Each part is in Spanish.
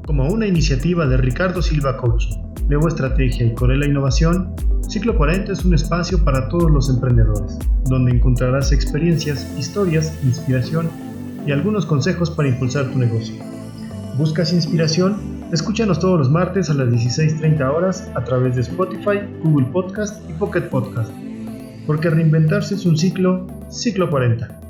Como una iniciativa de Ricardo Silva Coaching, Leo Estrategia y Corela Innovación, Ciclo 40 es un espacio para todos los emprendedores, donde encontrarás experiencias, historias, inspiración y algunos consejos para impulsar tu negocio. ¿Buscas inspiración? Escúchanos todos los martes a las 16:30 horas a través de Spotify, Google Podcast y Pocket Podcast. Porque reinventarse es un ciclo 40.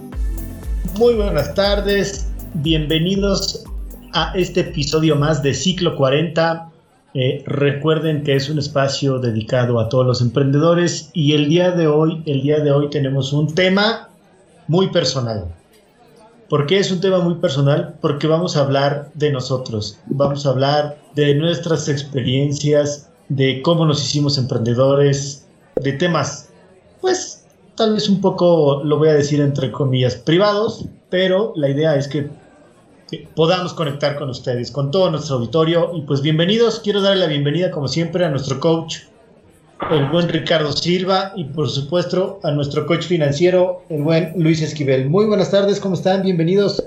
Muy buenas tardes, bienvenidos a este episodio más de Ciclo 40. Recuerden que es un espacio dedicado a todos los emprendedores y el día de hoy tenemos un tema muy personal. ¿Por qué es un tema muy personal? Porque vamos a hablar de nosotros, vamos a hablar de nuestras experiencias, de cómo nos hicimos emprendedores, de temas, pues tal vez un poco, lo voy a decir entre comillas, privados, pero la idea es que podamos conectar con ustedes, con todo nuestro auditorio. Y pues bienvenidos, quiero darle la bienvenida como siempre a nuestro coach, el buen Ricardo Silva, y por supuesto a nuestro coach financiero, el buen Luis Esquivel. Muy buenas tardes, ¿cómo están? Bienvenidos.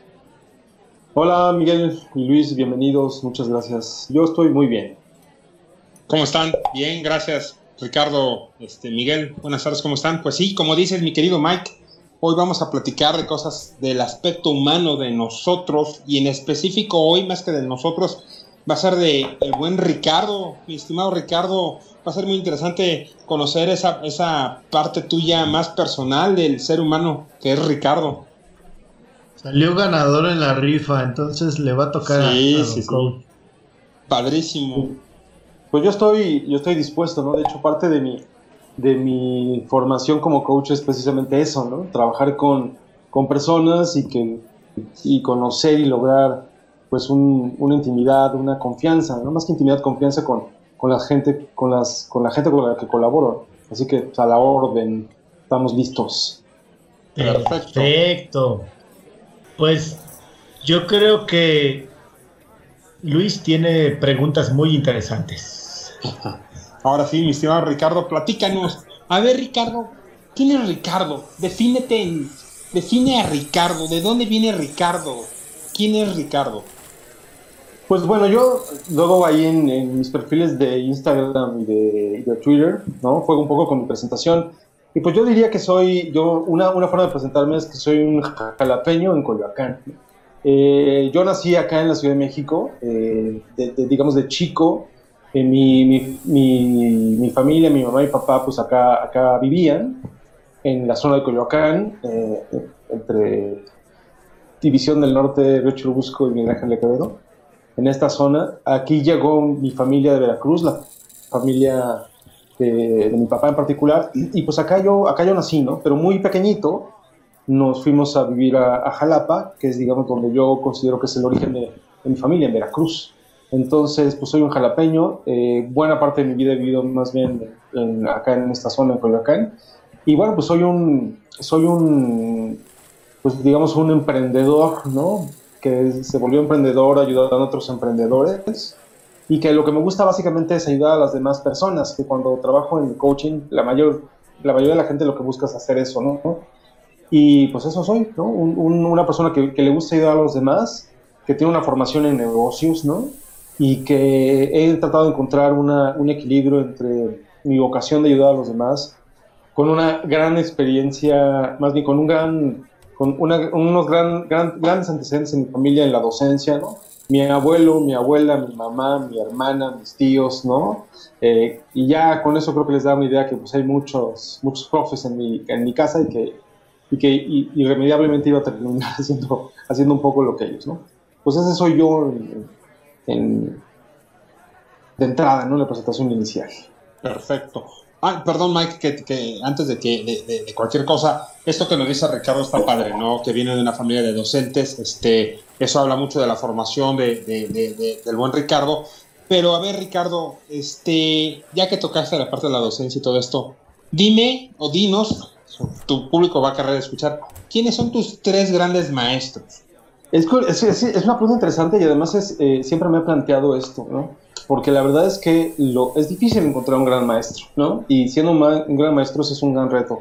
Hola Miguel y Luis, bienvenidos, muchas gracias. Yo estoy muy bien. ¿Cómo están? Bien, gracias Ricardo, Miguel, buenas tardes, ¿cómo están? Pues sí, como dices mi querido Mike, hoy vamos a platicar de cosas del aspecto humano de nosotros, y en específico hoy, más que de nosotros, va a ser de el buen Ricardo. Mi estimado Ricardo, va a ser muy interesante conocer esa parte tuya más personal del ser humano, que es Ricardo. Salió ganador en la rifa, entonces le va a tocar a coach. Padrísimo. Pues yo estoy dispuesto, ¿no? De hecho, parte de mi formación como coach es precisamente eso, ¿no? Trabajar con personas y conocer y lograr pues una intimidad, una confianza, ¿no? Más que intimidad, confianza con la gente con la que colaboro. Así que pues, a la orden, estamos listos. Perfecto. Pues yo creo que Luis tiene preguntas muy interesantes. Ahora sí, mi estimado Ricardo, platícanos. A ver, Ricardo, ¿quién es Ricardo? Define a Ricardo. ¿De dónde viene Ricardo? ¿Quién es Ricardo? Pues bueno, yo luego ahí en mis perfiles de Instagram y de Twitter, ¿no? Juego un poco con mi presentación. Y pues yo diría que una forma de presentarme es que soy un jalapeño en Coyoacán. Yo nací acá en la Ciudad de México, digamos de chico. Mi familia, mi mamá y papá, pues acá vivían, en la zona de Coyoacán, entre División del Norte, Río Churubusco y Miguel Ángel de Quevedo. En esta zona, aquí llegó mi familia de Veracruz, la familia de mi papá en particular, y pues acá yo nací, ¿no? Pero muy pequeñito nos fuimos a vivir a Jalapa, que es, digamos, donde yo considero que es el origen de mi familia, en Veracruz. Entonces, pues soy un jalapeño. Buena parte de mi vida he vivido más bien acá en esta zona, en Coyoacán. Y bueno, pues soy un pues digamos, un emprendedor, ¿no? Que se volvió emprendedor ayudando a otros emprendedores. Y que lo que me gusta básicamente es ayudar a las demás personas, que cuando trabajo en coaching, la mayoría de la gente lo que busca es hacer eso, ¿no? Y pues eso soy, ¿no? Una persona que le gusta ayudar a los demás, que tiene una formación en negocios, ¿no? Y que he tratado de encontrar un equilibrio entre mi vocación de ayudar a los demás, con una gran experiencia, más bien con unos grandes antecedentes en mi familia en la docencia, ¿no? Mi abuelo, mi abuela, mi mamá, mi hermana, mis tíos, ¿no? Y ya con eso creo que les da una idea que pues hay muchos profes en mi casa y que irremediablemente iba a terminar haciendo un poco lo que ellos, ¿no? Pues ese soy yo de entrada, ¿no? La presentación inicial. Perfecto. Perdón, Mike, que antes de cualquier cosa, esto que nos dice Ricardo está padre, ¿no? Que viene de una familia de docentes, eso habla mucho de la formación del buen Ricardo. Pero a ver, Ricardo, ya que tocaste la parte de la docencia y todo esto, dime o dinos, tu público va a querer escuchar, ¿quiénes son tus 3 grandes maestros? Es una pregunta interesante y además siempre me he planteado esto, ¿no? Porque la verdad es que es difícil encontrar un gran maestro, ¿no? Y siendo un gran maestro es un gran reto.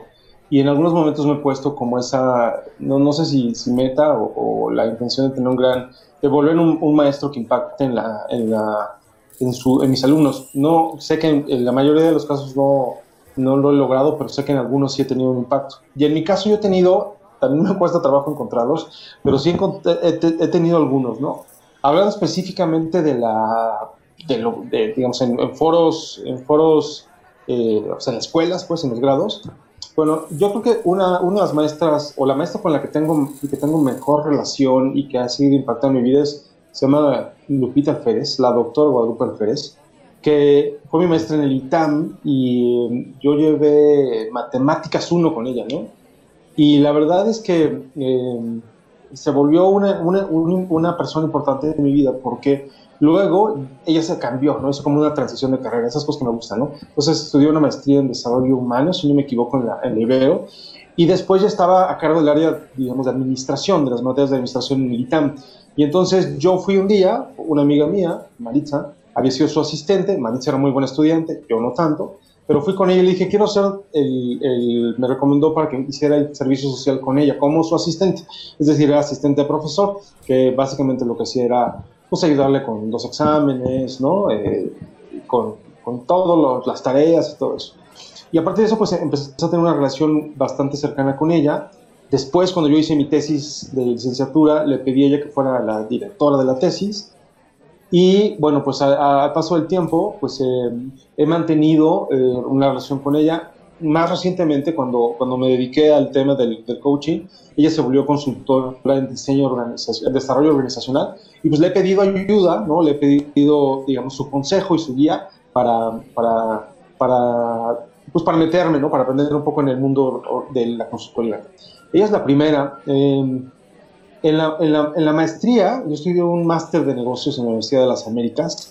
y en algunos momentos me he puesto como esa, no sé si meta o la intención de tener de volver un maestro que impacte en mis alumnos. No sé que en la mayoría de los casos no lo he logrado, pero sé que en algunos sí he tenido un impacto. Y en mi caso yo he tenido, también me cuesta trabajo encontrarlos, pero sí he tenido algunos, ¿no? Hablando específicamente digamos, en foros, o sea, en escuelas, pues, en los grados. Bueno, yo creo que una de las maestras, o la maestra con la que tengo mejor relación y que ha sido impactando en mi vida se llama Lupita Alférez, la doctora Guadalupe Alférez, que fue mi maestra en el ITAM y yo llevé Matemáticas 1 con ella, ¿no? Y la verdad es que se volvió una persona importante en mi vida porque luego ella se cambió, ¿no? Hizo como una transición de carrera, esas cosas que me gustan, ¿no? Entonces estudió una maestría en desarrollo humano, si no me equivoco, en la Ibero, y después ya estaba a cargo del área, digamos, de administración, de las materias de administración en el ITAM. Y entonces yo fui un día, una amiga mía, Maritza, había sido su asistente, Maritza era muy buena estudiante, yo no tanto, pero fui con ella y le dije, quiero hacer me recomendó para que hiciera el servicio social con ella, como su asistente, es decir, era asistente de profesor, que básicamente lo que hacía era, pues, ayudarle con los exámenes, ¿no? Con todas las tareas y todo eso. Y a partir de eso, pues, empecé a tener una relación bastante cercana con ella. Después, cuando yo hice mi tesis de licenciatura, le pedí a ella que fuera la directora de la tesis. Y bueno, pues al paso del tiempo, pues he mantenido una relación con ella. Más recientemente, cuando me dediqué al tema del coaching, ella se volvió consultora en desarrollo organizacional, y pues le he pedido ayuda, ¿no? Le he pedido, digamos, su consejo y su guía para meterme, ¿no? Para aprender un poco en el mundo de la consultoría. Ella es la primera. En la maestría, yo estudié un máster de negocios en la Universidad de las Américas.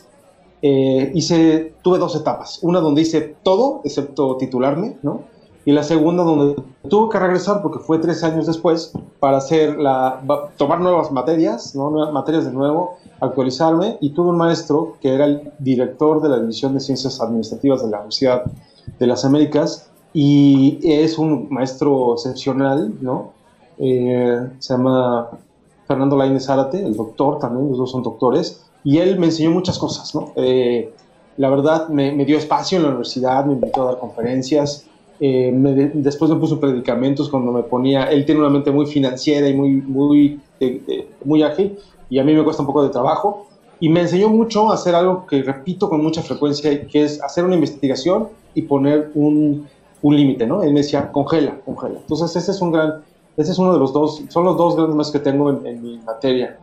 Tuve 2 etapas. Una donde hice todo, excepto titularme, ¿no? Y la segunda donde tuve que regresar, porque fue 3 años después, para tomar nuevas materias, ¿no? Nuevas materias de nuevo, actualizarme. Y tuve un maestro que era el director de la División de Ciencias Administrativas de la Universidad de las Américas, y es un maestro excepcional, ¿no? Se llama Fernando Laínez Zárate, el doctor también, los dos son doctores, y él me enseñó muchas cosas, ¿no? La verdad, me dio espacio en la universidad, me invitó a dar conferencias, después me puso predicamentos cuando me ponía, él tiene una mente muy financiera y muy ágil, y a mí me cuesta un poco de trabajo, y me enseñó mucho a hacer algo que repito con mucha frecuencia, que es hacer una investigación y poner un límite, ¿no? Él me decía, congela. Entonces ese es uno de los dos, son los 2 grandes más que tengo en mi materia.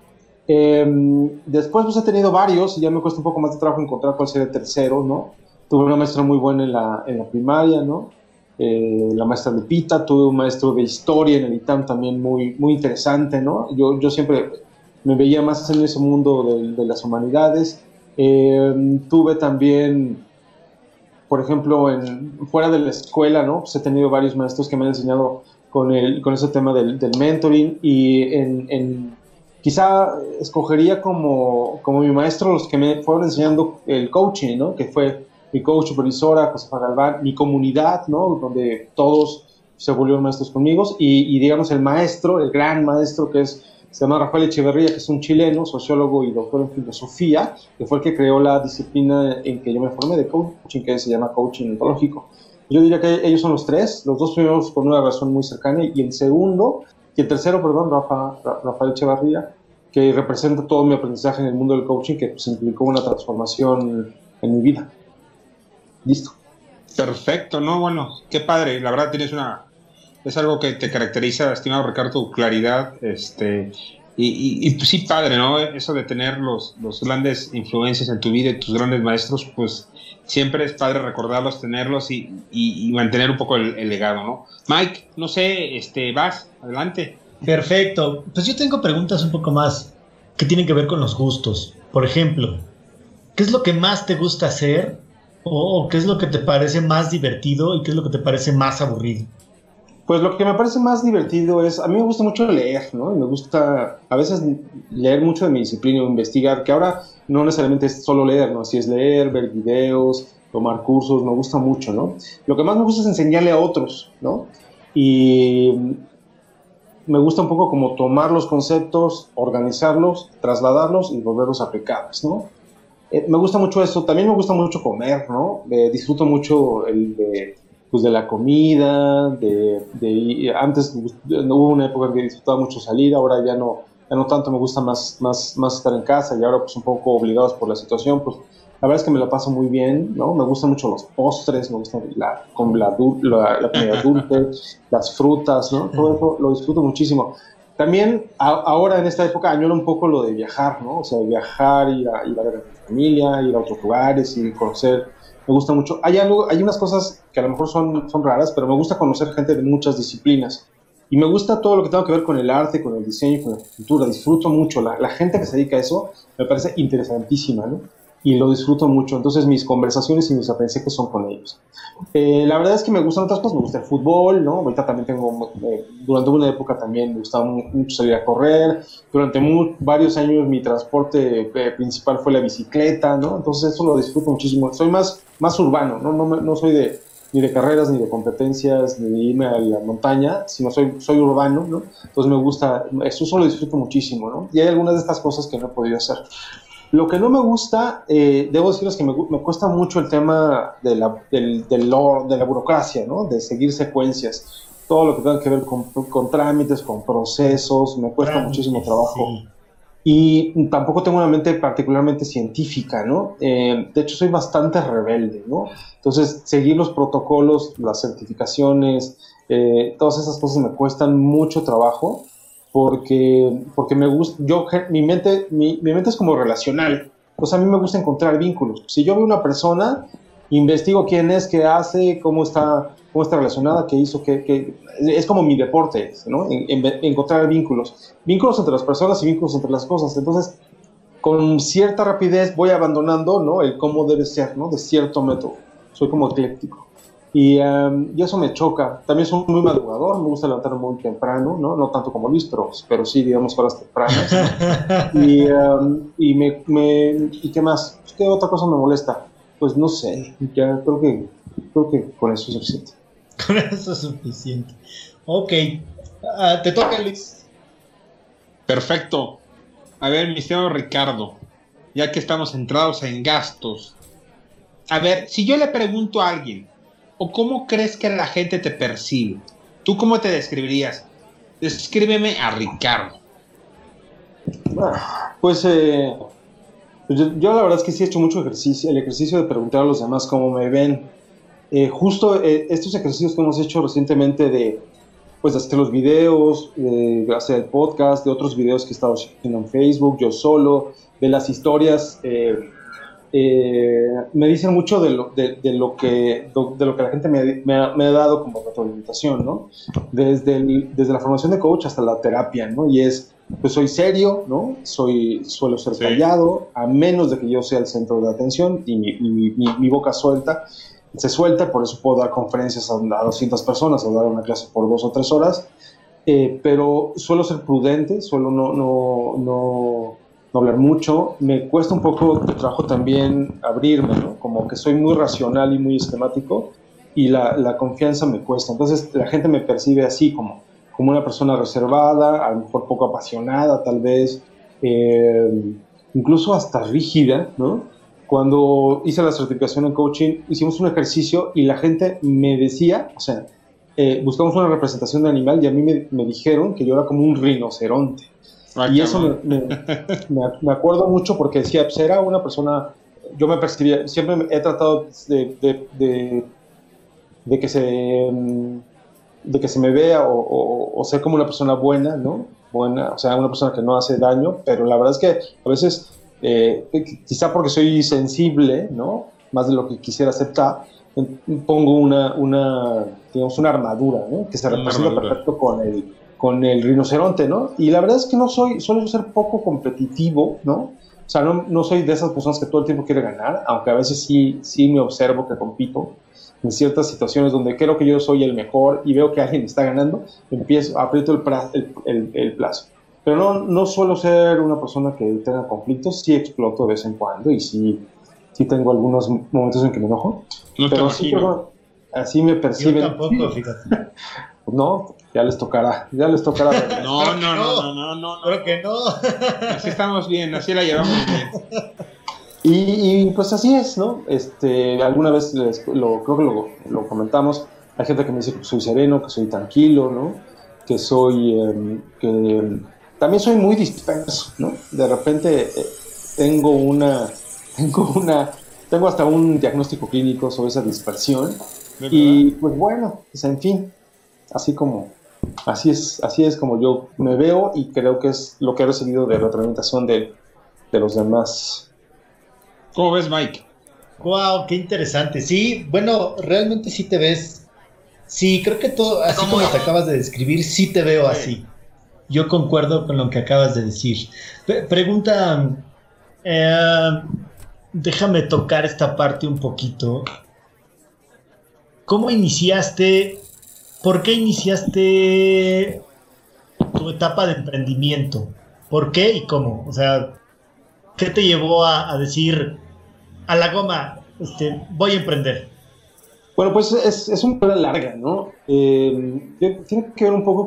Después pues he tenido varios y ya me cuesta un poco más de trabajo encontrar cuál sería el tercero, ¿no? Tuve una maestra muy buena en la primaria, ¿no? La maestra Lupita. Tuve un maestro de historia en el ITAM también muy, muy interesante, ¿no? Yo siempre me veía más en ese mundo de las humanidades. Tuve también, por ejemplo, fuera de la escuela, ¿no? Pues he tenido varios maestros que me han enseñado con ese tema del mentoring, y quizá escogería como mi maestro los que me fueron enseñando el coaching, ¿no? Que fue mi coach supervisora, Josefa Galván, mi comunidad, ¿no? Donde todos se volvieron maestros conmigo, y digamos el gran maestro se llama Rafael Echeverría, que es un chileno, sociólogo y doctor en filosofía, que fue el que creó la disciplina en que yo me formé de coaching, que se llama coaching ontológico. Yo diría que ellos son los 3, los 2 primeros por una razón muy cercana, y el tercero, Rafael Echeverría, que representa todo mi aprendizaje en el mundo del coaching, que pues implicó una transformación en mi vida. Listo. Perfecto, ¿no? Bueno, qué padre, la verdad es algo que te caracteriza, estimado Ricardo, tu claridad, y pues sí, padre, ¿no? Eso de tener los grandes influencias en tu vida y tus grandes maestros, pues siempre es padre recordarlos, tenerlos y mantener un poco el legado, ¿no? Mike, no sé, vas, adelante. Perfecto. Pues yo tengo preguntas un poco más que tienen que ver con los gustos. Por ejemplo, ¿qué es lo que más te gusta hacer? ¿O qué es lo que te parece más divertido y qué es lo que te parece más aburrido? Pues lo que me parece más divertido a mí me gusta mucho leer, ¿no? Y me gusta a veces leer mucho de mi disciplina, investigar, que ahora no necesariamente es solo leer, ¿no? Así es leer, ver videos, tomar cursos, me gusta mucho, ¿no? Lo que más me gusta es enseñarle a otros, ¿no? y me gusta un poco como tomar los conceptos, organizarlos, trasladarlos y volverlos aplicables, ¿no? Me gusta mucho eso. También me gusta mucho comer, ¿no? Disfruto mucho pues de la comida, antes hubo una época en que disfrutaba mucho salir, ahora ya no tanto, me gusta más estar en casa, y ahora pues un poco obligados por la situación, pues la verdad es que me la paso muy bien, ¿no? Me gustan mucho los postres, me gusta la comida dulce, las frutas, ¿no? Todo eso lo disfruto muchísimo. También ahora en esta época añoro un poco lo de viajar, ¿no? O sea, viajar, ir a ver a mi familia, ir a otros lugares y conocer. Me gusta mucho. Hay unas cosas que a lo mejor son raras, pero me gusta conocer gente de muchas disciplinas. Y me gusta todo lo que tenga que ver con el arte, con el diseño, con la cultura. Disfruto mucho. La gente que se dedica a eso me parece interesantísima, ¿no? Y lo disfruto mucho. Entonces mis conversaciones y mis aprendizajes son con ellos. La verdad es que me gustan otras cosas. Me gusta el fútbol, ¿no? Ahorita también durante una época también me gustaba mucho salir a correr. Durante varios años mi transporte principal fue la bicicleta, ¿no? Entonces eso lo disfruto muchísimo. Soy más urbano, ¿no? No soy ni de carreras, ni de competencias, ni de irme a la montaña, sino soy urbano, ¿no? Entonces me gusta, eso lo disfruto muchísimo, ¿no? Y hay algunas de estas cosas que no he podido hacer. Lo que no me gusta, debo decirles que me cuesta mucho el tema de la burocracia, ¿no? De seguir secuencias. Todo lo que tenga que ver con trámites, con procesos, me cuesta muchísimo trabajo. Sí. Y tampoco tengo una mente particularmente científica, ¿no? De hecho, soy bastante rebelde, ¿no? Entonces, seguir los protocolos, las certificaciones, todas esas cosas me cuestan mucho trabajo, porque me gusta, mi mente es como relacional. Pues a mí me gusta encontrar vínculos. Si yo veo una persona, investigo quién es, qué hace, cómo está relacionada, qué hizo, qué es como mi deporte, ¿no? Encontrar vínculos entre las personas y vínculos entre las cosas. Entonces, con cierta rapidez voy abandonando, ¿no? El cómo debe ser, ¿no? De cierto método. Soy como ecléctico. Y eso me choca. También soy muy madrugador, me gusta levantarme muy temprano, ¿no? No tanto como Luis, pero sí, digamos, horas tempranas, ¿no? ¿Y qué más? ¿Qué otra cosa me molesta? Pues no sé, ya creo que con eso es suficiente. Con eso es suficiente. Ok. Te toca, Luis. Perfecto. A ver, mi estimado Ricardo, ya que estamos centrados en gastos. A ver, si yo le pregunto a alguien, ¿o cómo crees que la gente te percibe? ¿Tú cómo te describirías? Descríbeme a Ricardo. Pues yo la verdad es que sí he hecho mucho ejercicio, el ejercicio de preguntar a los demás cómo me ven. Justo estos ejercicios que hemos hecho recientemente de hacer los videos, de hacer el podcast, de otros videos que he estado haciendo en Facebook, yo solo, de las historias, me dicen mucho de lo que la gente me ha dado como retroalimentación, ¿no? Desde la formación de coach hasta la terapia, ¿no? Y pues soy serio, ¿no? Suelo ser callado, a menos de que yo sea el centro de atención y mi boca se suelta, por eso puedo dar conferencias a 200 personas o dar una clase por 2 o 3 horas, pero suelo ser prudente, suelo no hablar mucho. Me cuesta un poco de trabajo también abrirme, ¿no? Como que soy muy racional y muy esquemático, y la confianza me cuesta. Entonces la gente me percibe así, como una persona reservada, a lo mejor poco apasionada tal vez, incluso hasta rígida, ¿no? Cuando hice la certificación en coaching, hicimos un ejercicio y la gente me decía, o sea, buscamos una representación de animal y a mí me dijeron que yo era como un rinoceronte. Y eso me acuerdo mucho, porque decía, pues era una persona, yo me percibía, siempre he tratado de que se me vea o ser como una persona buena, ¿no? Buena, o sea, una persona que no hace daño, pero la verdad es que a veces, quizá porque soy sensible, ¿no? Más de lo que quisiera aceptar, pongo una armadura, ¿no? Que se representa perfecto con el rinoceronte, ¿no? Y la verdad es que suelo ser poco competitivo, ¿no? O sea, no soy de esas personas que todo el tiempo quiere ganar, aunque a veces sí me observo que compito en ciertas situaciones donde creo que yo soy el mejor y veo que alguien está ganando, aprieto el plazo. Pero no suelo ser una persona que tenga conflictos, sí exploto de vez en cuando y sí tengo algunos momentos en que me enojo. No, pero sí, así me perciben. Yo tampoco, fíjate. Pues no, ya les tocará. No. Creo que no. Así estamos bien, así la llevamos bien. Y pues así es, ¿no? Alguna vez creo que lo comentamos. Hay gente que me dice que soy sereno, que soy tranquilo, ¿no? Que también soy muy disperso, ¿no? De repente tengo hasta un diagnóstico clínico sobre esa dispersión. Y pues bueno, pues en fin, así es como yo me veo y creo que es lo que he recibido de retroalimentación de los demás. ¿Cómo ves, Mike? Wow, qué interesante. Sí, bueno, realmente sí te ves. Sí, creo que todo, así como te acabas de describir, sí te veo así. Yo concuerdo con lo que acabas de decir. Pregunta, déjame tocar esta parte un poquito. ¿Cómo iniciaste? ¿Por qué iniciaste tu etapa de emprendimiento? ¿Por qué y cómo? O sea, ¿qué te llevó a decir a la goma, voy a emprender? Bueno, pues es una historia larga, ¿no? Tiene que ver un poco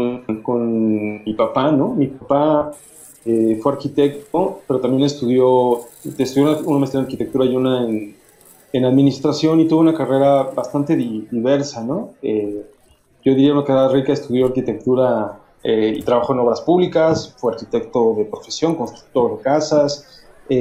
con mi papá, ¿no? Mi papá fue arquitecto, pero también estudió una maestría en arquitectura y una en administración, y tuvo una carrera bastante diversa, ¿no? Yo diría una carrera rica. Estudió arquitectura y trabajó en obras públicas, fue arquitecto de profesión, constructor de casas,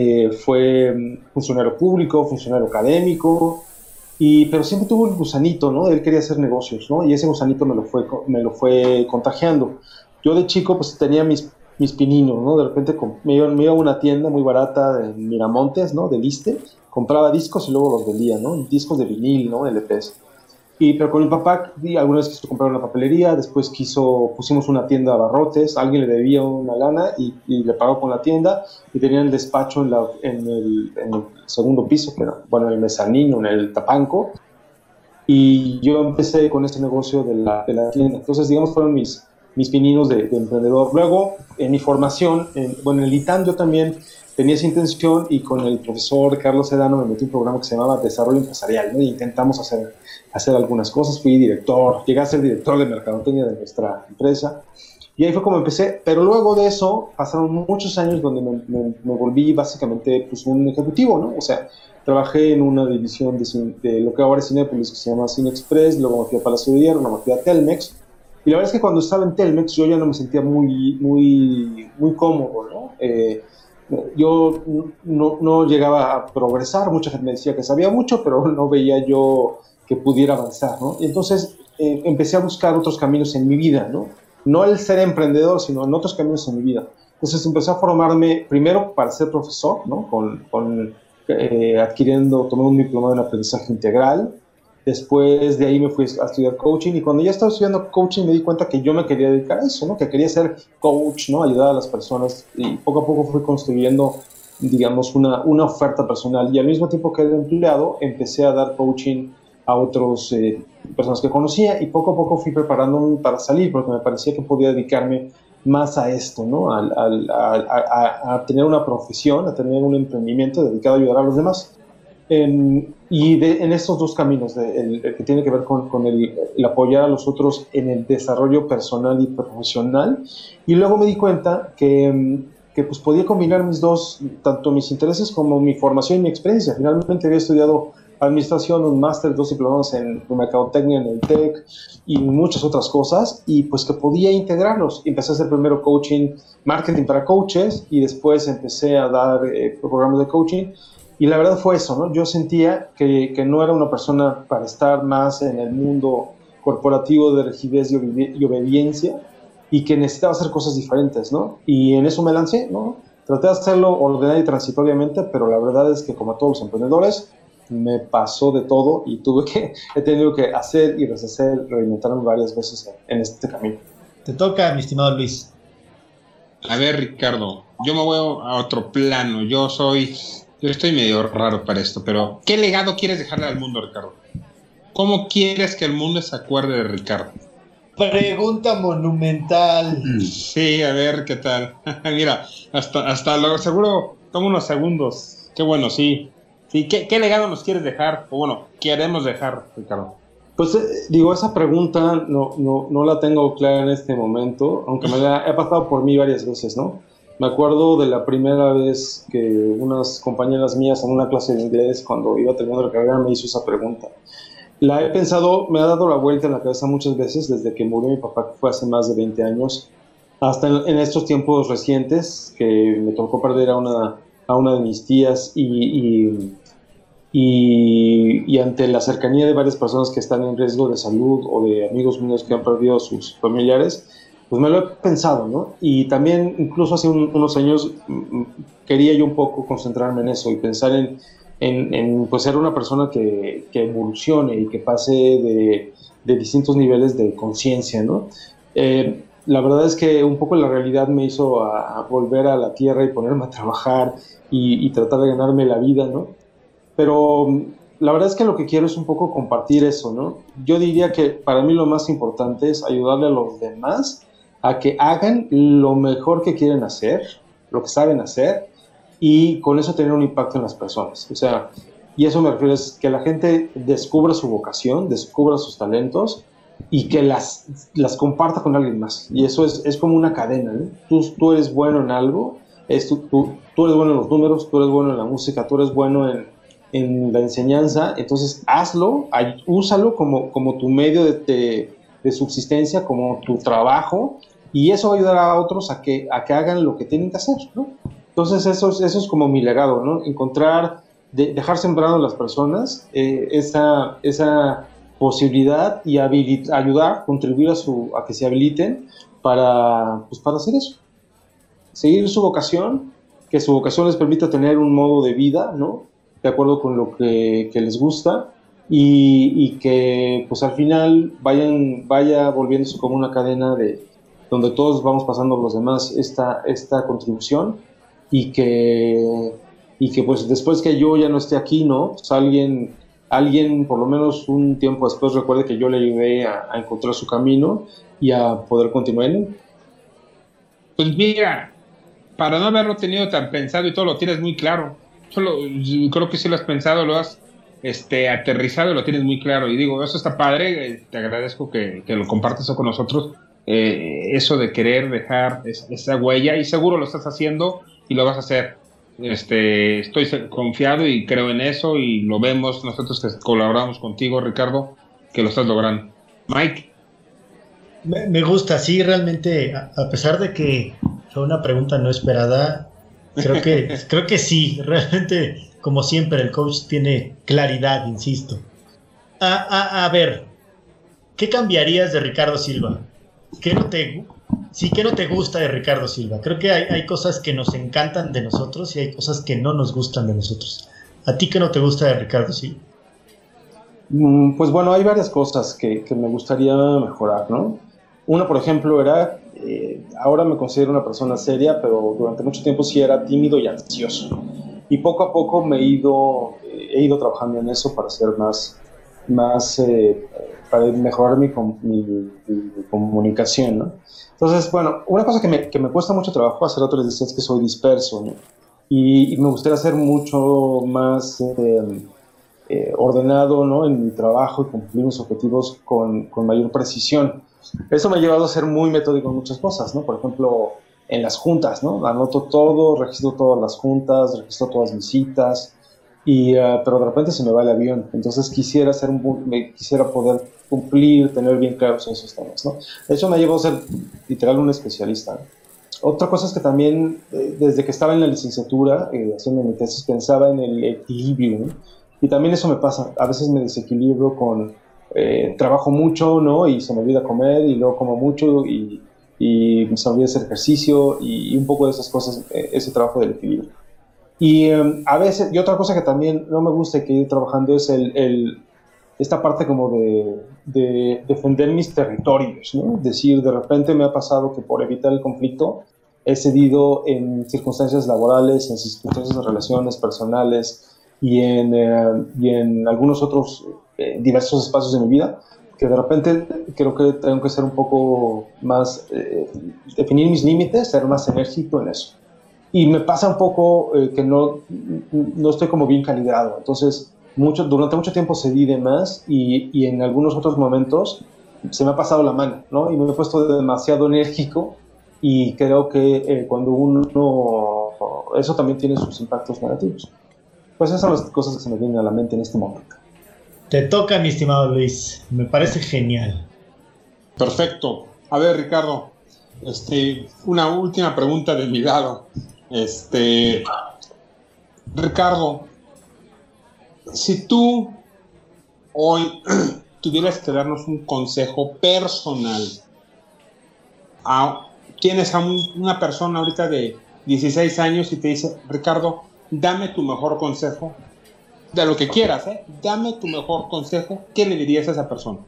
fue funcionario público, funcionario académico, pero siempre tuvo el gusanito, ¿no? Él quería hacer negocios, ¿no? Y ese gusanito me lo fue contagiando. Yo de chico pues tenía mis pininos, ¿no? De repente me iba a una tienda muy barata en Miramontes, ¿no? De Liste, compraba discos y luego los vendía, ¿no? Discos de vinil, ¿no? LPs. Pero con mi papá, alguna vez quiso comprar una papelería, después pusimos una tienda de abarrotes, alguien le debía una lana y le pagó con la tienda, y tenía el despacho en el segundo piso, que era, bueno, en el mezanino, en el tapanco, y yo empecé con este negocio de la tienda. Entonces, digamos, fueron mis pininos de emprendedor. Luego, en mi formación, en el ITAM yo también tenía esa intención, y con el profesor Carlos Sedano me metí en un programa que se llamaba Desarrollo Empresarial, ¿no? Y intentamos hacer algunas cosas. Llegué a ser director de mercadotecnia de nuestra empresa, y ahí fue como empecé. Pero luego de eso pasaron muchos años donde me volví básicamente pues un ejecutivo, ¿no? O sea, trabajé en una división de lo que ahora es Cinépolis, que se llama Cine Express. Luego me fui a Palacio de Hierro, me fui a Telmex, y la verdad es que cuando estaba en Telmex yo ya no me sentía muy cómodo, ¿no? Yo no llegaba a progresar. Mucha gente me decía que sabía mucho, pero no veía yo que pudiera avanzar, ¿no? Y entonces empecé a buscar otros caminos en mi vida, ¿no? No el ser emprendedor, sino en otros caminos en mi vida. Entonces empecé a formarme primero para ser profesor, ¿no? Tomé un diplomado en aprendizaje integral. Después de ahí me fui a estudiar coaching, y cuando ya estaba estudiando coaching me di cuenta que yo me quería dedicar a eso, ¿no? Que quería ser coach, ¿no? Ayudar a las personas, y poco a poco fui construyendo, digamos, una oferta personal, y al mismo tiempo que era empleado empecé a dar coaching a otras personas que conocía, y poco a poco fui preparándome para salir, porque me parecía que podía dedicarme más a esto, ¿no? A tener una profesión, a tener un emprendimiento dedicado a ayudar a los demás. En estos dos caminos, el que tiene que ver con el apoyar a los otros en el desarrollo personal y profesional. Y luego me di cuenta que pues podía combinar tanto mis intereses como mi formación y mi experiencia. Finalmente había estudiado administración, un máster, 2 diplomados en mercadotecnia en el TEC y muchas otras cosas, y pues que podía integrarlos. Empecé a hacer primero coaching, marketing para coaches, y después empecé a dar programas de coaching. Y la verdad fue eso, ¿no? Yo sentía que no era una persona para estar más en el mundo corporativo de rigidez y obediencia, y que necesitaba hacer cosas diferentes, ¿no? Y en eso me lancé, ¿no? Traté de hacerlo ordenado y transitoriamente, pero la verdad es que, como a todos los emprendedores, me pasó de todo, y he tenido que hacer y deshacer, reinventarme varias veces en este camino. Te toca, mi estimado Luis. A ver, Ricardo, yo me voy a otro plano. Yo estoy medio raro para esto, pero ¿qué legado quieres dejarle al mundo, Ricardo? ¿Cómo quieres que el mundo se acuerde de Ricardo? Pregunta monumental. Sí, a ver qué tal. Mira, hasta lo seguro toma unos segundos. Qué bueno, sí. Sí, ¿qué legado nos quieres dejar? O bueno, queremos dejar, Ricardo. Pues digo, esa pregunta no la tengo clara en este momento, aunque me la he pasado por mí varias veces, ¿no? Me acuerdo de la primera vez que unas compañeras mías en una clase de inglés, cuando iba terminando la carrera, me hizo esa pregunta. La he pensado, me ha dado la vuelta en la cabeza muchas veces desde que murió mi papá, que fue hace más de 20 años, hasta en estos tiempos recientes, que me tocó perder a una de mis tías y ante la cercanía de varias personas que están en riesgo de salud o de amigos míos que han perdido a sus familiares, pues me lo he pensado, ¿no? Y también incluso hace unos años quería yo un poco concentrarme en eso y pensar en pues ser una persona que evolucione y que pase de distintos niveles de conciencia, ¿no? La verdad es que un poco la realidad me hizo a volver a la tierra y ponerme a trabajar y tratar de ganarme la vida, ¿no? Pero la verdad es que lo que quiero es un poco compartir eso, ¿no? Yo diría que para mí lo más importante es ayudarle a los demás a que hagan lo mejor que quieren hacer, lo que saben hacer, y con eso tener un impacto en las personas. O sea, y eso me refiero es que la gente descubra su vocación, descubra sus talentos y que las comparta con alguien más. Y eso es como una cadena, ¿no? Tú eres bueno en algo, tú eres bueno en los números, tú eres bueno en la música, tú eres bueno en la enseñanza, entonces hazlo, úsalo como tu medio de subsistencia, como tu trabajo, y eso va a ayudar a otros a que hagan lo que tienen que hacer, ¿no? Entonces eso es como mi legado, ¿no? Encontrar, dejar sembrado a las personas esa posibilidad y ayudar, contribuir a que se habiliten para hacer eso. Seguir su vocación, que su vocación les permita tener un modo de vida, ¿no? De acuerdo con lo que les gusta y que pues al final vaya volviéndose como una cadena donde todos vamos pasando los demás esta contribución y que pues después que yo ya no esté aquí, ¿no? Pues alguien por lo menos un tiempo después recuerde que yo le ayudé a encontrar su camino y a poder continuar en él. Pues mira, para no haberlo tenido tan pensado y todo lo tienes muy claro. Creo que sí lo has pensado, lo has aterrizado y lo tienes muy claro. Y digo, eso está padre, te agradezco que lo compartas con nosotros. Eso de querer dejar esa huella, y seguro lo estás haciendo y lo vas a hacer. Estoy confiado y creo en eso, y lo vemos nosotros que colaboramos contigo, Ricardo, que lo estás logrando. Mike. Me gusta, sí, realmente, a pesar de que fue una pregunta no esperada, creo que sí, realmente, como siempre, el coach tiene claridad, insisto. A ver, ¿qué cambiarías de Ricardo Silva? ¿Qué no te gusta de Ricardo Silva? Creo que hay cosas que nos encantan de nosotros y hay cosas que no nos gustan de nosotros. ¿A ti qué no te gusta de Ricardo Silva? Pues bueno, hay varias cosas que me gustaría mejorar, ¿no? Una, por ejemplo, era, ahora me considero una persona seria, pero durante mucho tiempo sí era tímido y ansioso. Y poco a poco he ido trabajando en eso para ser para mejorar mi comunicación, ¿no? Entonces, bueno, una cosa que me cuesta mucho trabajo hacer, otras veces, es que soy disperso, ¿no? Y me gustaría ser mucho más ordenado, ¿no? En mi trabajo y cumplir mis objetivos con mayor precisión. Eso me ha llevado a ser muy metódico en muchas cosas, ¿no? Por ejemplo, en las juntas, ¿no? Anoto todo, registro todas las juntas, registro todas mis citas, pero de repente se me va el avión. Entonces quisiera poder cumplir, tener bien claros esos temas, ¿no? Eso me ha llevado a ser literal un especialista, ¿no? Otra cosa es que también, desde que estaba en la licenciatura, haciendo mi tesis, pensaba en el equilibrio, ¿no? Y también eso me pasa. A veces me desequilibro trabajo mucho, ¿no? Y se me olvida comer, y luego como mucho y se me olvida hacer ejercicio y un poco de esas cosas, ese trabajo del equilibrio. Y a veces, y otra cosa que también no me gusta y que he ido trabajando es esta parte como de defender mis territorios, ¿no? Es decir, de repente me ha pasado que por evitar el conflicto he cedido en circunstancias laborales, en circunstancias de relaciones personales y en algunos otros diversos espacios de mi vida, que de repente creo que tengo que ser un poco más, definir mis límites, ser más enérgico en eso. Y me pasa un poco que no estoy como bien calibrado. Entonces, durante mucho tiempo cedí de más y en algunos otros momentos se me ha pasado la mano, ¿no? Y me he puesto demasiado enérgico y creo que cuando uno... Eso también tiene sus impactos negativos. Pues esas son las cosas que se me vienen a la mente en este momento. Te toca, mi estimado Luis. Me parece genial. Perfecto. A ver, Ricardo, una última pregunta de mi lado. Ricardo, si tú hoy tuvieras que darnos un consejo personal, tienes a una persona ahorita de 16 años y te dice, Ricardo, dame tu mejor consejo, de lo que quieras, dame tu mejor consejo, ¿qué le dirías a esa persona?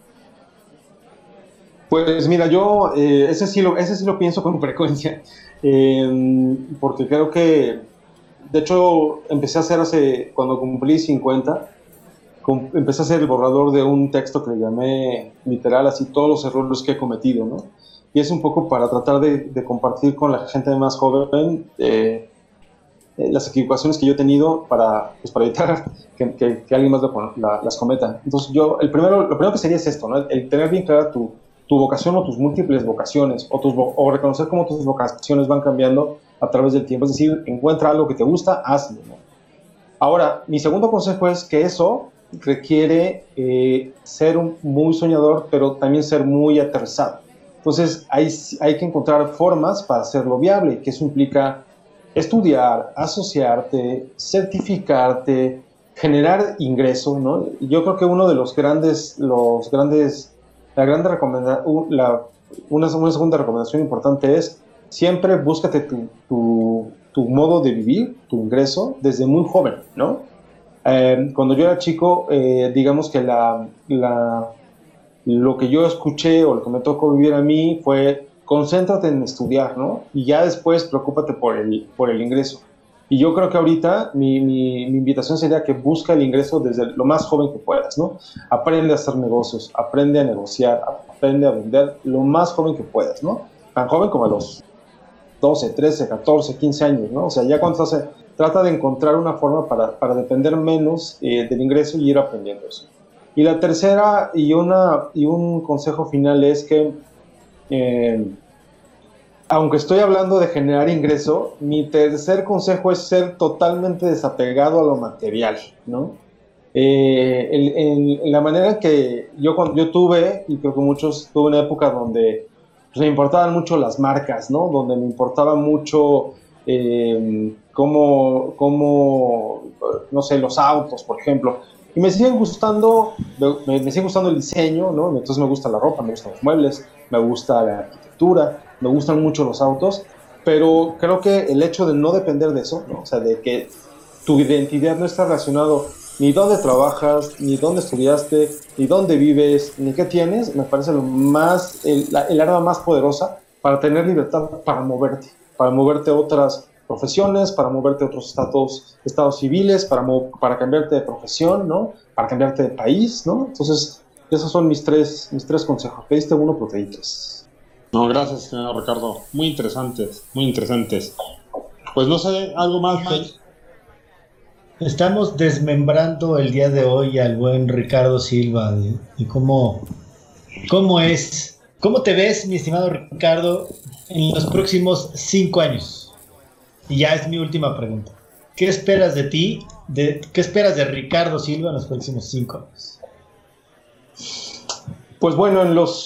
Pues mira, yo ese sí lo pienso con frecuencia, porque creo que, de hecho, empecé a hacer cuando cumplí 50, empecé a hacer el borrador de un texto que le llamé literal, así todos los errores que he cometido, ¿no? Y es un poco para tratar de compartir con la gente más joven las equivocaciones que yo he tenido para evitar que alguien más las cometa. Entonces lo primero que sería es esto, ¿no? El tener bien clara tu vocación o tus múltiples vocaciones, o reconocer cómo tus vocaciones van cambiando a través del tiempo. Es decir, encuentra algo que te gusta, hazlo, ¿no? Ahora, mi segundo consejo es que eso requiere ser muy soñador, pero también ser muy aterrizado. Entonces, hay que encontrar formas para hacerlo viable, que eso implica estudiar, asociarte, certificarte, generar ingreso, ¿no? Yo creo que uno de una segunda recomendación importante es siempre búscate tu modo de vivir, tu ingreso, desde muy joven, ¿no? Cuando yo era chico, digamos que lo que yo escuché o lo que me tocó vivir a mí fue concéntrate en estudiar, ¿no? Y ya después preocúpate por el ingreso. Y yo creo que ahorita mi invitación sería que busca el ingreso desde lo más joven que puedas, ¿no? Aprende a hacer negocios, aprende a negociar, aprende a vender lo más joven que puedas, ¿no? Tan joven como a los 12, 13, 14, 15 años, ¿no? O sea, ya cuando trata de encontrar una forma para depender menos del ingreso y ir aprendiendo eso. Y la tercera y un consejo final es que aunque estoy hablando de generar ingreso, mi tercer consejo es ser totalmente desapegado a lo material, ¿no? En la manera que yo tuve, y creo que muchos, tuve una época donde pues, me importaban mucho las marcas, ¿no? Donde me importaba mucho no sé, los autos, por ejemplo. Y me sigue gustando el diseño, ¿no? Entonces me gusta la ropa, me gustan los muebles, me gusta la arquitectura, me gustan mucho los autos, pero creo que el hecho de no depender de eso, ¿no? O sea, de que tu identidad no está relacionado ni dónde trabajas, ni dónde estudiaste, ni dónde vives, ni qué tienes, me parece el arma más poderosa para tener libertad para moverte a otras profesiones, para moverte a otros estados civiles, para cambiarte de profesión, ¿no? Para cambiarte de país, ¿no? Entonces, esos son mis tres consejos. Pediste uno, pero te di tres. No, gracias, señor Ricardo. Muy interesantes, muy interesantes. Pues no sé, ¿algo más, Mike? Estamos desmembrando el día de hoy al buen Ricardo Silva y cómo es. ¿Cómo te ves, mi estimado Ricardo, en los próximos 5 años? Y ya es mi última pregunta. ¿Qué esperas de ti? ¿Qué esperas de Ricardo Silva en los próximos 5 años? Pues bueno,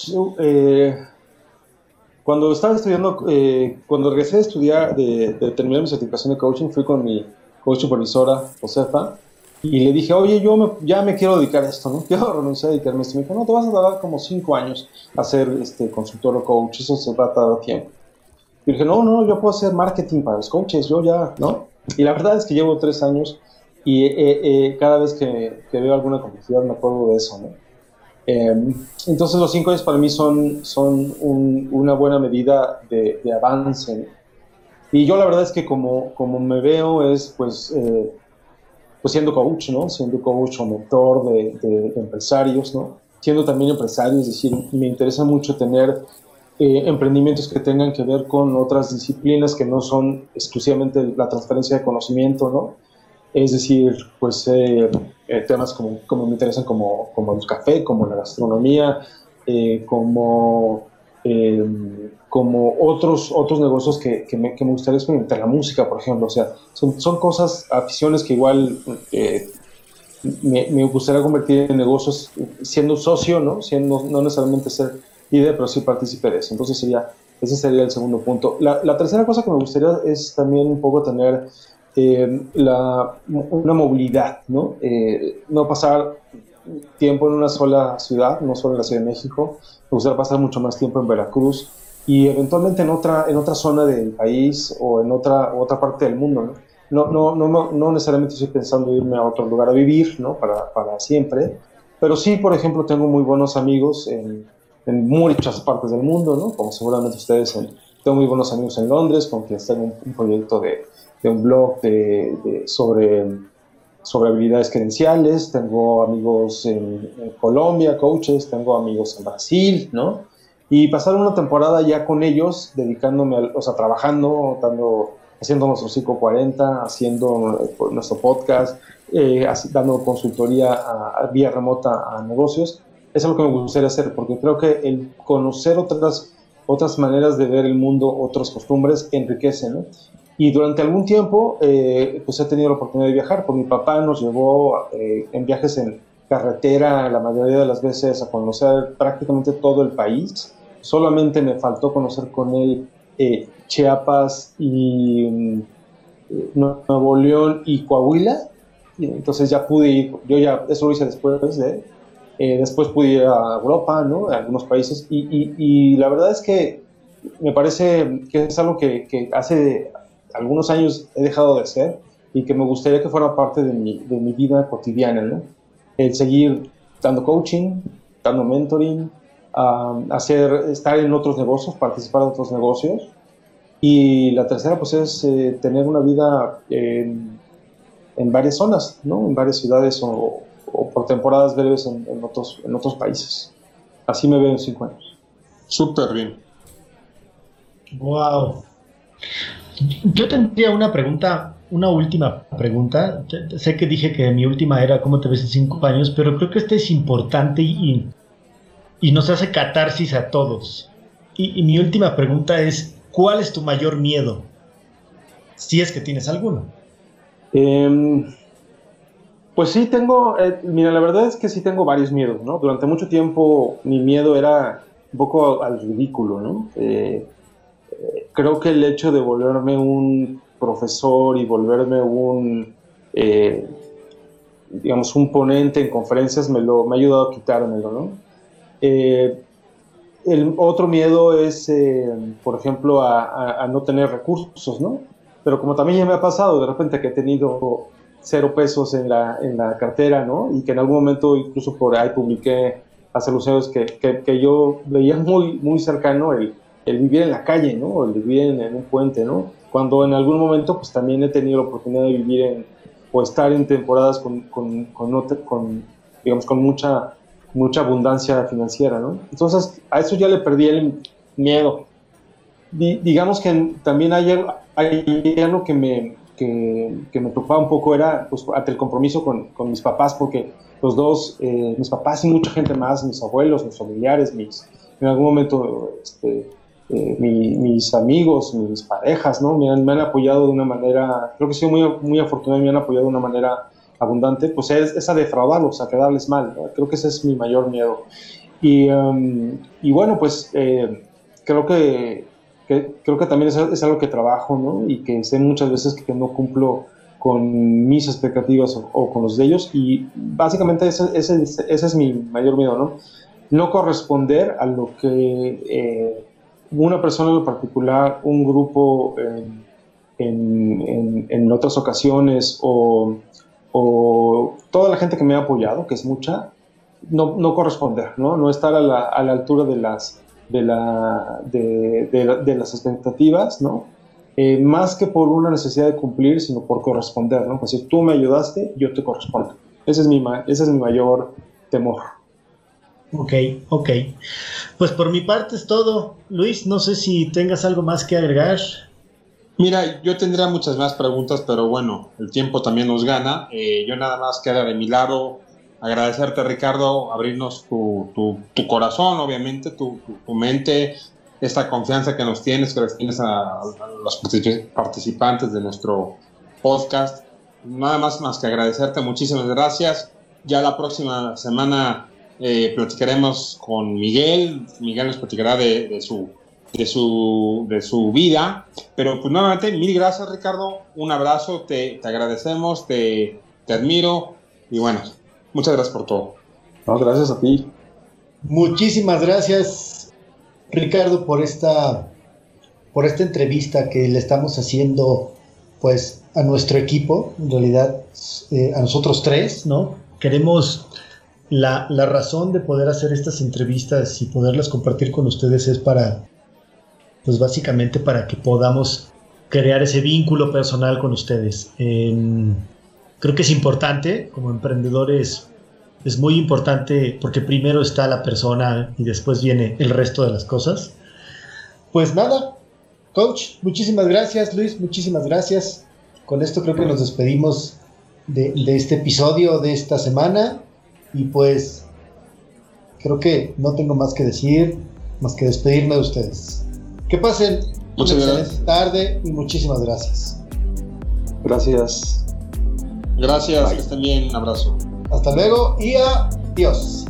cuando estaba estudiando, cuando regresé a estudiar, de terminar mi certificación de coaching, fui con mi coach supervisora, Josefa, y le dije, oye, ya me quiero dedicar a esto, ¿no? Quiero renunciar a dedicarme a esto. Me dijo, no, te vas a tardar como 5 años a ser consultor o coach, eso se va a tardar tiempo. Y dije, no, yo puedo hacer marketing para los coaches, yo ya, ¿no? Y la verdad es que llevo 3 años y cada vez que veo alguna complejidad me acuerdo de eso, ¿no? Entonces los 5 años para mí son una buena medida de avance, ¿no? Y yo la verdad es que como me veo es pues siendo coach, ¿no? Siendo coach o mentor de empresarios, ¿no? Siendo también empresario, es decir, me interesa mucho tener emprendimientos que tengan que ver con otras disciplinas que no son exclusivamente la transferencia de conocimiento, ¿no? Es decir, pues temas como me interesan como el café, como la gastronomía, como otros negocios que me gustaría experimentar, la música, por ejemplo. O sea, son cosas, aficiones que igual me gustaría convertir en negocios siendo socio, ¿no? No necesariamente ser líder, pero sí partícipe de eso. Entonces ese sería el segundo punto. La tercera cosa que me gustaría es también un poco tener una movilidad, ¿no? No pasar tiempo en una sola ciudad, no solo en la Ciudad de México. Me gustaría pasar mucho más tiempo en Veracruz y eventualmente en otra zona del país o en otra parte del mundo, ¿no? No necesariamente estoy pensando irme a otro lugar a vivir, ¿no? Para siempre, pero sí, por ejemplo, tengo muy buenos amigos en muchas partes del mundo, ¿no? Como seguramente ustedes, tengo muy buenos amigos en Londres, con quienes tengo un proyecto de un blog sobre habilidades gerenciales, tengo amigos en Colombia, coaches, tengo amigos en Brasil, ¿no? Y pasar una temporada ya con ellos, dedicándome, trabajando, haciendo nuestro Ciclo 40, haciendo nuestro podcast, dando consultoría vía remota a negocios. Eso es lo que me gustaría hacer, porque creo que el conocer otras maneras de ver el mundo, otras costumbres, enriquece, ¿no? Y durante algún tiempo, pues he tenido la oportunidad de viajar. Pues mi papá nos llevó en viajes en carretera la mayoría de las veces a conocer prácticamente todo el país. Solamente me faltó conocer con él Chiapas y Nuevo León y Coahuila. Y entonces ya pude ir, eso lo hice después pude ir a Europa, ¿no? A algunos países. Y la verdad es que me parece que es algo que hace algunos años he dejado de hacer y que me gustaría que fuera parte de mi vida cotidiana, ¿no? El seguir dando coaching, dando mentoring, estar en otros negocios, participar en otros negocios. Y la tercera, pues, es tener una vida en varias zonas, ¿no? En varias ciudades o por temporadas breves en otros países. Así me veo en 5 años. Súper bien. Wow. Yo tendría una última pregunta. Sé que dije que mi última era ¿cómo te ves en 5 años? Pero creo que este es importante y nos hace catarsis a todos. Y mi última pregunta es, ¿cuál es tu mayor miedo? Si es que tienes alguno. Pues sí tengo, mira, la verdad es que sí tengo varios miedos, ¿no? Durante mucho tiempo mi miedo era un poco al ridículo, ¿no? Creo que el hecho de volverme un profesor y volverme un ponente en conferencias me ha ayudado a quitármelo, ¿no? El otro miedo es, por ejemplo, a no tener recursos, ¿no? Pero como también ya me ha pasado de repente que he tenido 0 pesos en la cartera, ¿no? Y que en algún momento incluso por ahí publiqué hace unos años que yo veía muy, muy cercano el vivir en la calle, ¿no? El vivir en un puente, ¿no? Cuando en algún momento pues también he tenido la oportunidad de vivir o estar en temporadas con mucha abundancia financiera, ¿no? Entonces a eso ya le perdí el miedo. Digamos que también hay algo que me preocupaba un poco, era pues ante el compromiso con mis papás, porque los dos, mis papás y mucha gente más, mis abuelos, mis familiares, en algún momento mis amigos, mis parejas, ¿no? Me han apoyado de una manera, creo que he sido muy, muy afortunado y me han apoyado de una manera abundante, pues es a defraudarlos, a quedarles mal, ¿no? Creo que ese es mi mayor miedo. Y bueno, pues creo que también es algo que trabajo, ¿no? Y que sé muchas veces que no cumplo con mis expectativas o con los de ellos, y básicamente ese es mi mayor miedo, ¿no? No corresponder a lo que una persona en particular, un grupo en otras ocasiones o toda la gente que me ha apoyado, que es mucha, no corresponder, ¿no? No estar a la altura de las expectativas, ¿no? Más que por una necesidad de cumplir, sino por corresponder, ¿no? Pues si tú me ayudaste, yo te correspondo. Ese es mi mayor temor. Ok. Pues por mi parte es todo. Luis, no sé si tengas algo más que agregar. Mira, yo tendría muchas más preguntas, pero bueno, el tiempo también nos gana. Yo nada más queda de mi lado agradecerte, Ricardo, abrirnos tu corazón, obviamente, tu mente, esta confianza que nos tienes, que les tienes a los participantes de nuestro podcast. Nada más que agradecerte, muchísimas gracias. Ya la próxima semana platicaremos con Miguel. Miguel nos platicará de su vida, pero pues nuevamente mil gracias, Ricardo, un abrazo, te agradecemos, te admiro y bueno, muchas gracias por todo. No, gracias a ti. Muchísimas gracias, Ricardo, por esta entrevista que le estamos haciendo pues a nuestro equipo, en realidad a nosotros tres, ¿no? Queremos la razón de poder hacer estas entrevistas y poderlas compartir con ustedes es para, pues básicamente para que podamos crear ese vínculo personal con ustedes. Creo que es importante, como emprendedores, es muy importante porque primero está la persona y después viene el resto de las cosas. Pues nada, coach, muchísimas gracias, Luis, muchísimas gracias. Con esto creo que nos despedimos de este episodio de esta semana y pues creo que no tengo más que decir, más que despedirme de ustedes. Que pasen una excelente tarde y muchísimas gracias. Gracias. Gracias, que estén bien, un abrazo. Hasta luego y adiós.